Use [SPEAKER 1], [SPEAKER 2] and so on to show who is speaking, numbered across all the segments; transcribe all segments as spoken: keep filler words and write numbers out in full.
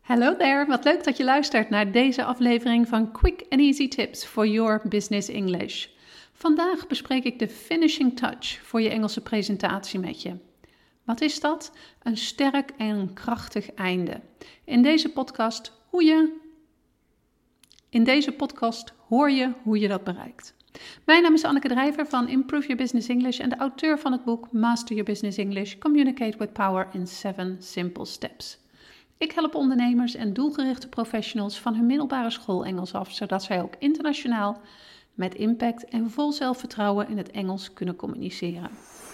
[SPEAKER 1] Hello there, wat leuk dat je luistert naar deze aflevering van Quick and Easy Tips for Your Business English. Vandaag bespreek ik de finishing touch voor je Engelse presentatie met je. Wat is dat? Een sterk en krachtig einde. In deze podcast, hoe je... In deze podcast hoor je hoe je dat bereikt. Mijn naam is Anneke Drijver van Improve Your Business English en de auteur van het boek Master Your Business English, Communicate with Power in seven Simple Steps. Ik help ondernemers en doelgerichte professionals van hun middelbare school Engels af, zodat zij ook internationaal met impact en vol zelfvertrouwen in het Engels kunnen communiceren.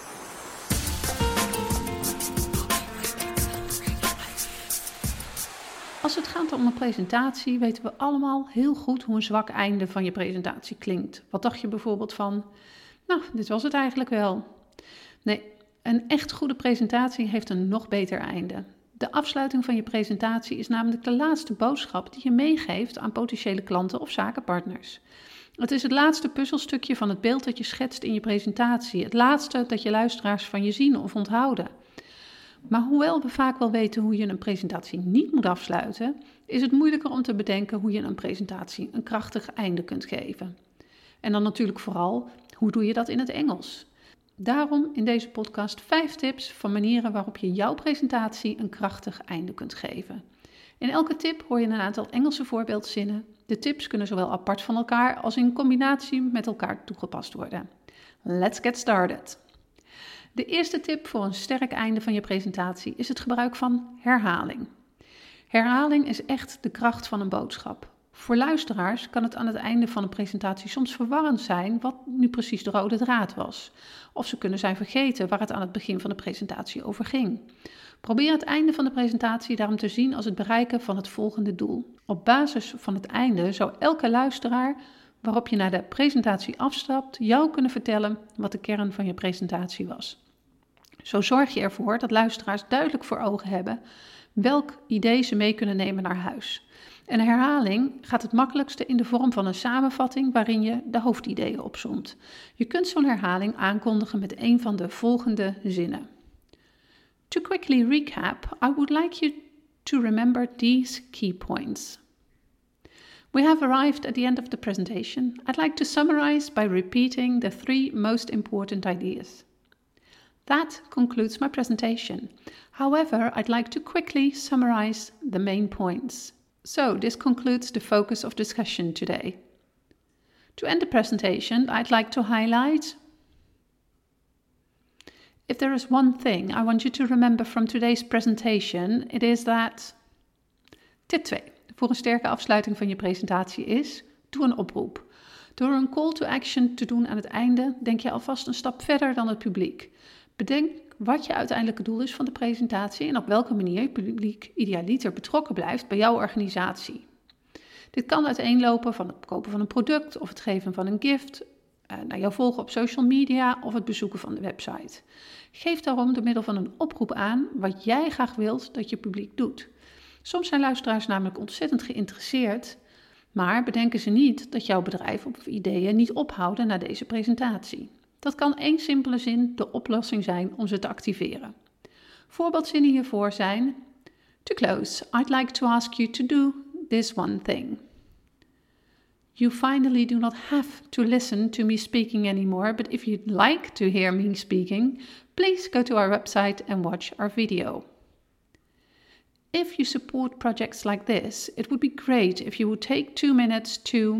[SPEAKER 1] Als het gaat om een presentatie, weten we allemaal heel goed hoe een zwak einde van je presentatie klinkt. Wat dacht je bijvoorbeeld van, nou, dit was het eigenlijk wel. Nee, een echt goede presentatie heeft een nog beter einde. De afsluiting van je presentatie is namelijk de laatste boodschap die je meegeeft aan potentiële klanten of zakenpartners. Het is het laatste puzzelstukje van het beeld dat je schetst in je presentatie. Het laatste dat je luisteraars van je zien of onthouden. Maar hoewel we vaak wel weten hoe je een presentatie niet moet afsluiten, is het moeilijker om te bedenken hoe je een presentatie een krachtig einde kunt geven. En dan natuurlijk vooral, hoe doe je dat in het Engels? Daarom in deze podcast vijf tips van manieren waarop je jouw presentatie een krachtig einde kunt geven. In elke tip hoor je een aantal Engelse voorbeeldzinnen. De tips kunnen zowel apart van elkaar als in combinatie met elkaar toegepast worden. Let's get started! De eerste tip voor een sterk einde van je presentatie is het gebruik van herhaling. Herhaling is echt de kracht van een boodschap. Voor luisteraars kan het aan het einde van een presentatie soms verwarrend zijn wat nu precies de rode draad was. Of ze kunnen zijn vergeten waar het aan het begin van de presentatie over ging. Probeer het einde van de presentatie daarom te zien als het bereiken van het volgende doel. Op basis van het einde zou elke luisteraar waarop je naar de presentatie afstapt jou kunnen vertellen wat de kern van je presentatie was. Zo zorg je ervoor dat luisteraars duidelijk voor ogen hebben welk idee ze mee kunnen nemen naar huis. Een herhaling gaat het makkelijkste in de vorm van een samenvatting waarin je de hoofdideeën opsomt. Je kunt zo'n herhaling aankondigen met een van de volgende zinnen. To quickly recap, I would like you to remember these key points. We have arrived at the end of the presentation. I'd like to summarize by repeating the three most important ideas. That concludes my presentation. However, I'd like to quickly summarize the main points. So, this concludes the focus of discussion today. To end the presentation, I'd like to highlight: if there is one thing I want you to remember from today's presentation, it is that... Tip twee, voor een sterke afsluiting van je presentatie is, doe een oproep. Door een call to action te doen aan het einde, denk je alvast een stap verder dan het publiek. Bedenk wat je uiteindelijke doel is van de presentatie en op welke manier je publiek idealiter betrokken blijft bij jouw organisatie. Dit kan uiteenlopen van het kopen van een product of het geven van een gift, uh, naar jou volgen op social media of het bezoeken van de website. Geef daarom door middel van een oproep aan wat jij graag wilt dat je publiek doet. Soms zijn luisteraars namelijk ontzettend geïnteresseerd, maar bedenken ze niet dat jouw bedrijf of ideeën niet ophouden na deze presentatie. Dat kan één simpele zin de oplossing zijn om ze te activeren. Voorbeeldzinnen hiervoor zijn: To close, I'd like to ask you to do this one thing. You finally do not have to listen to me speaking anymore, but if you'd like to hear me speaking, please go to our website and watch our video. If you support projects like this, it would be great if you would take two minutes to...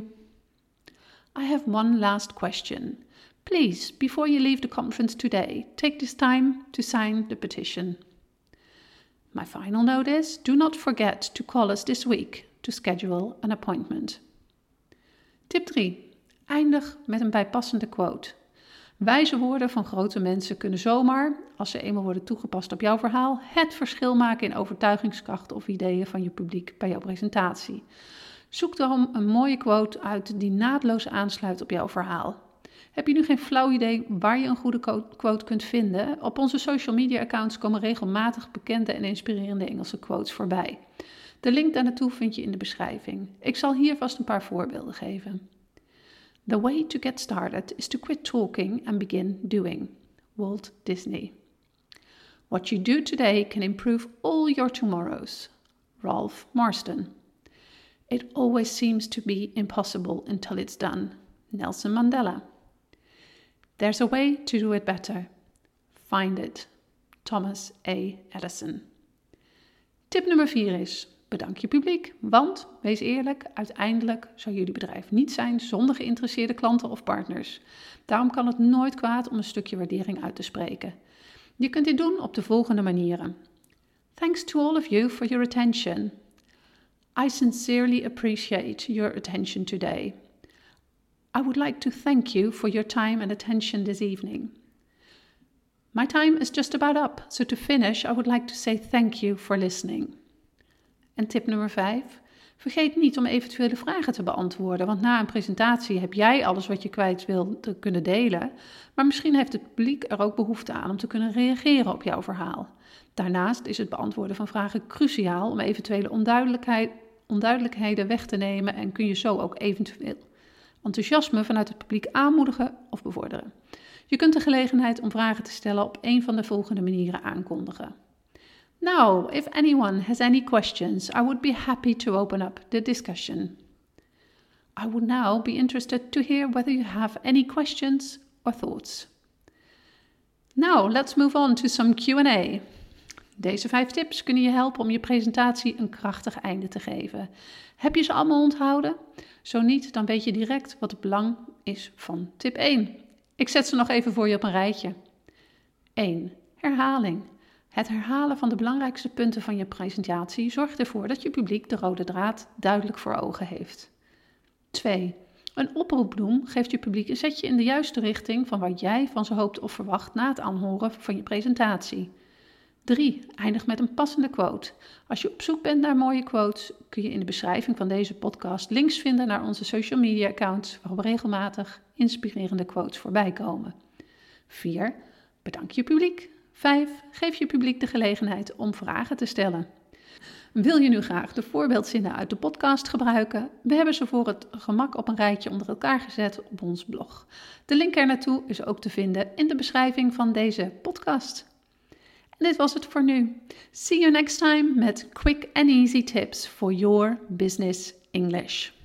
[SPEAKER 1] I have one last question. Please, before you leave the conference today, take this time to sign the petition. My final note is, do not forget to call us this week to schedule an appointment. Tip drie. Eindig met een bijpassende quote. Wijze woorden van grote mensen kunnen zomaar, als ze eenmaal worden toegepast op jouw verhaal, het verschil maken in overtuigingskracht of ideeën van je publiek bij jouw presentatie. Zoek daarom een mooie quote uit die naadloos aansluit op jouw verhaal. Heb je nu geen flauw idee waar je een goede quote kunt vinden? Op onze social media accounts komen regelmatig bekende en inspirerende Engelse quotes voorbij. De link daar naartoe vind je in de beschrijving. Ik zal hier vast een paar voorbeelden geven. The way to get started is to quit talking and begin doing. Walt Disney. What you do today can improve all your tomorrows. Ralph Marston. It always seems to be impossible until it's done. Nelson Mandela. There's a way to do it better. Find it. Thomas A. Edison. Tip nummer vier is: bedank je publiek, want, wees eerlijk, uiteindelijk zou jullie bedrijf niet zijn zonder geïnteresseerde klanten of partners. Daarom kan het nooit kwaad om een stukje waardering uit te spreken. Je kunt dit doen op de volgende manieren. Thanks to all of you for your attention. I sincerely appreciate your attention today. I would like to thank you for your time and attention this evening. My time is just about up, so to finish, I would like to say thank you for listening. En tip nummer vijf. Vergeet niet om eventuele vragen te beantwoorden, want na een presentatie heb jij alles wat je kwijt wil te kunnen delen, maar misschien heeft het publiek er ook behoefte aan om te kunnen reageren op jouw verhaal. Daarnaast is het beantwoorden van vragen cruciaal om eventuele onduidelijkheid, onduidelijkheden weg te nemen en kun je zo ook eventueel enthousiasme vanuit het publiek aanmoedigen of bevorderen. Je kunt de gelegenheid om vragen te stellen op een van de volgende manieren aankondigen. Now, if anyone has any questions, I would be happy to open up the discussion. I would now be interested to hear whether you have any questions or thoughts. Now, let's move on to some Q and A. Deze vijf tips kunnen je helpen om je presentatie een krachtig einde te geven. Heb je ze allemaal onthouden? Zo niet, dan weet je direct wat het belang is van tip één. Ik zet ze nog even voor je op een rijtje. één. Herhaling. Het herhalen van de belangrijkste punten van je presentatie zorgt ervoor dat je publiek de rode draad duidelijk voor ogen heeft. twee. Een oproepbloem geeft je publiek een zetje in de juiste richting van wat jij van ze hoopt of verwacht na het aanhoren van je presentatie. drie. Eindig met een passende quote. Als je op zoek bent naar mooie quotes, kun je in de beschrijving van deze podcast links vinden naar onze social media accounts waarop regelmatig inspirerende quotes voorbij komen. vier. Bedank je publiek. vijf. Geef je publiek de gelegenheid om vragen te stellen. Wil je nu graag de voorbeeldzinnen uit de podcast gebruiken? We hebben ze voor het gemak op een rijtje onder elkaar gezet op ons blog. De link er naartoe is ook te vinden in de beschrijving van deze podcast. En dit was het voor nu. See you next time met quick and easy tips for your business English.